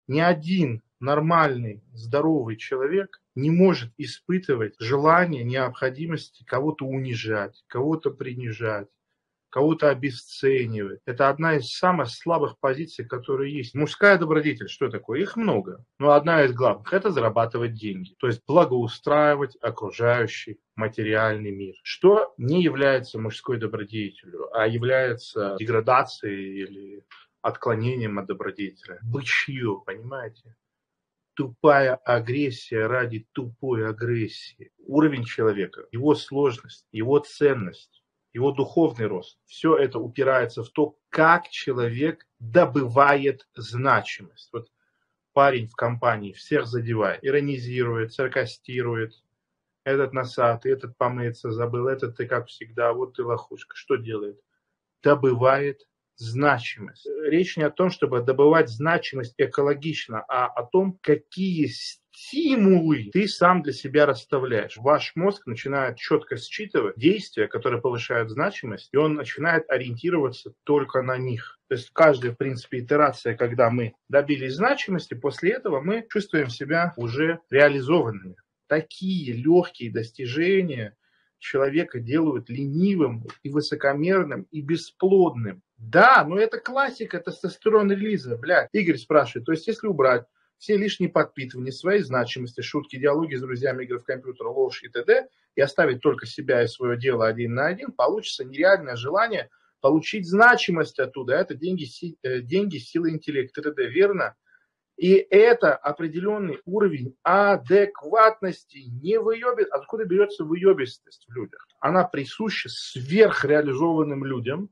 Ни один нормальный, здоровый человек не может испытывать желание, необходимости кого-то унижать, кого-то принижать, кого-то обесценивать. Это одна из самых слабых позиций, которые есть. Мужская добродетель, что такое? Их много. Но одна из главных – это зарабатывать деньги. То есть благоустраивать окружающий материальный мир. Что не является мужской добродетелью, а является деградацией или отклонением от добродетели. Бычье, понимаете? Тупая агрессия ради тупой агрессии. Уровень человека, его сложность, его ценность, его духовный рост. Все это упирается в то, как человек добывает значимость. Вот парень в компании всех задевает, иронизирует, саркастирует. Этот носатый, этот помыться забыл, этот ты как всегда, вот ты лохушка. Что делает? Добывает значимость. Речь не о том, чтобы добывать значимость экологично, а о том, какие стимулы ты сам для себя расставляешь. Ваш мозг начинает четко считывать действия, которые повышают значимость, и он начинает ориентироваться только на них. То есть каждая, в принципе, итерация, когда мы добились значимости, после этого мы чувствуем себя уже реализованными. Такие легкие достижения человека делают ленивым и высокомерным и бесплодным. Да, но это классика тестостерон-релиза. Блядь, Игорь спрашивает, то есть если убрать все лишние подпитывания своей значимости, шутки, диалоги с друзьями, игры в компьютер, ложь и т.д. и оставить только себя и свое дело один на один, получится нереальное желание получить значимость оттуда. Это деньги, сила, интеллект и т.д. Верно? И это определенный уровень адекватности, не выебит. Откуда берется выебистость в людях? Она присуща сверхреализованным людям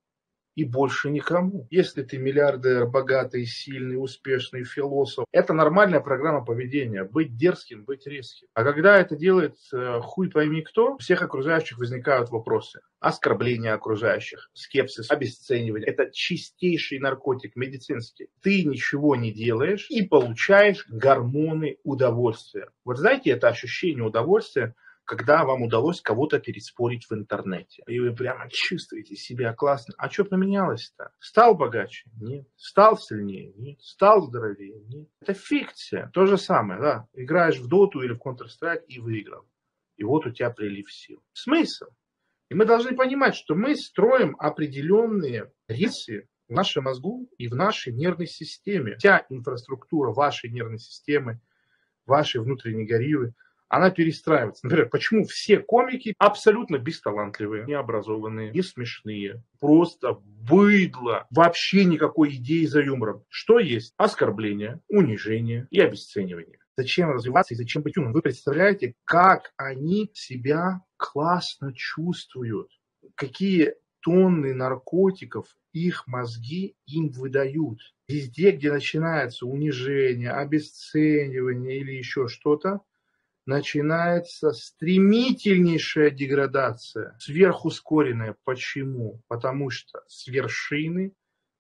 и больше никому. Если ты миллиардер, богатый, сильный, успешный философ, это нормальная программа поведения. Быть дерзким, быть резким. А когда это делает хуй пойми кто, у всех окружающих возникают вопросы. Оскорбление окружающих, скепсис, обесценивание. Это чистейший наркотик медицинский. Ты ничего не делаешь и получаешь гормоны удовольствия. Вот знаете, это ощущение удовольствия, когда вам удалось кого-то переспорить в интернете. И вы прямо чувствуете себя классно. А что поменялось-то? Стал богаче? Нет. Стал сильнее? Нет. Стал здоровее? Нет. Это фикция. То же самое, да. Играешь в доту или в Counter-Strike и выиграл. И вот у тебя прилив сил. Смысл? И мы должны понимать, что мы строим определенные рельсы в нашем мозгу и в нашей нервной системе. Вся инфраструктура вашей нервной системы, вашей внутренней гориллы, она перестраивается. Например, почему все комики абсолютно бесталантливые, необразованные, не смешные, просто быдло, вообще никакой идеи за юмором. Что есть? Оскорбление, унижение и обесценивание. Зачем развиваться и зачем быть умным? Вы представляете, как они себя классно чувствуют, какие тонны наркотиков их мозги им выдают. Везде, где начинается унижение, обесценивание или еще что-то, начинается стремительнейшая деградация, сверхускоренная. Почему? Потому что с вершины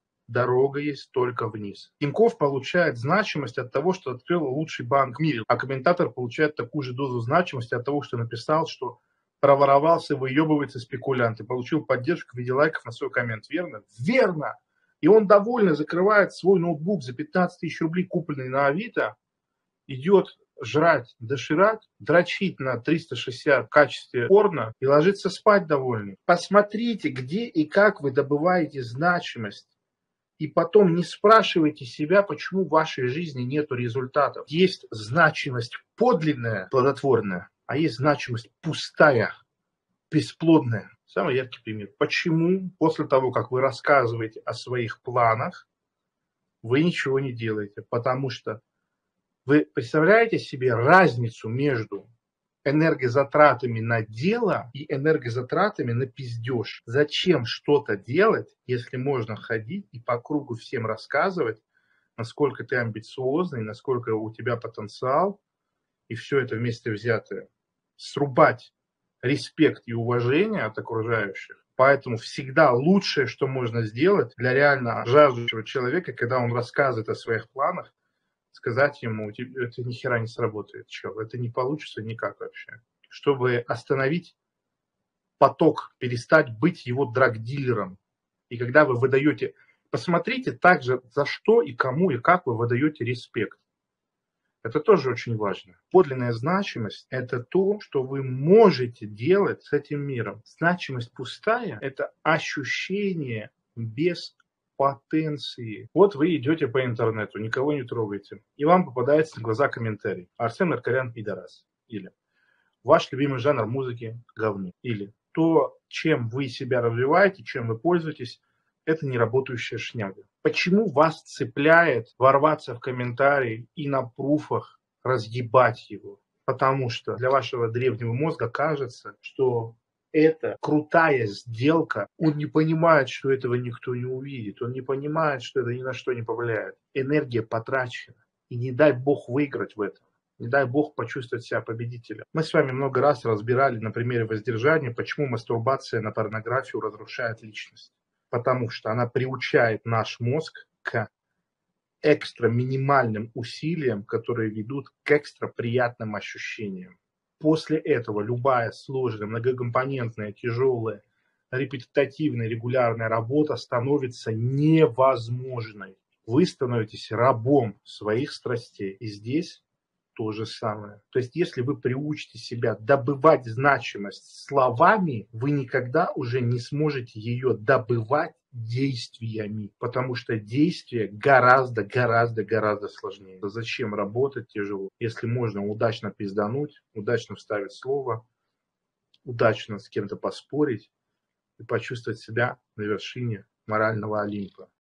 дорога есть только вниз. Тинькофф получает значимость от того, что открыл лучший банк в мире, а комментатор получает такую же дозу значимости от того, что написал, что проворовался, выебывается спекулянт и получил поддержку в виде лайков на свой коммент. Верно? Верно! И он довольно закрывает свой ноутбук за 15 тысяч рублей, купленный на Авито, идет жрать, доширать, дрочить на 360 в качестве порно и ложиться спать довольный. Посмотрите, где и как вы добываете значимость. И потом не спрашивайте себя, почему в вашей жизни нет результатов. Есть значимость подлинная, плодотворная, а есть значимость пустая, бесплодная. Самый яркий пример. Почему после того, как вы рассказываете о своих планах, вы ничего не делаете? Потому что вы представляете себе разницу между энергозатратами на дело и энергозатратами на пиздеж? Зачем что-то делать, если можно ходить и по кругу всем рассказывать, насколько ты амбициозный, насколько у тебя потенциал, и все это вместе взятое? Срубать респект и уважение от окружающих. Поэтому всегда лучшее, что можно сделать для реально жаждущего человека, когда он рассказывает о своих планах, сказать ему: это ни хера не сработает, чел, это не получится никак вообще. Чтобы остановить поток, перестать быть его драг-дилером. И когда вы выдаете Посмотрите также, за что и кому и как вы выдаете респект. Это тоже очень важно. Подлинная значимость – это то, что вы можете делать с этим миром. Значимость пустая – это ощущение без потенции. Вот вы идете по интернету, никого не трогаете, и вам попадается на глаза комментарий: Арсен Маркарян пидорас. Или ваш любимый жанр музыки – говно. Или то, чем вы себя развиваете, чем вы пользуетесь, это неработающая шняга. Почему вас цепляет ворваться в комментарий и на пруфах разъебать его? Потому что для вашего древнего мозга кажется, что это крутая сделка. Он не понимает, что этого никто не увидит. Он не понимает, что это ни на что не повлияет. Энергия потрачена. И не дай бог выиграть в этом. Не дай бог почувствовать себя победителем. Мы с вами много раз разбирали на примере воздержания, почему мастурбация на порнографию разрушает личность. Потому что она приучает наш мозг к экстра минимальным усилиям, которые ведут к экстра приятным ощущениям. После этого любая сложная, многокомпонентная, тяжелая, репетитивная, регулярная работа становится невозможной. Вы становитесь рабом своих страстей. И здесь то же самое. То есть, если вы приучите себя добывать значимость словами, вы никогда уже не сможете ее добывать действиями, потому что действие гораздо сложнее. Зачем работать тяжело, если можно удачно пиздануть, удачно вставить слово, удачно с кем-то поспорить и почувствовать себя на вершине морального Олимпа.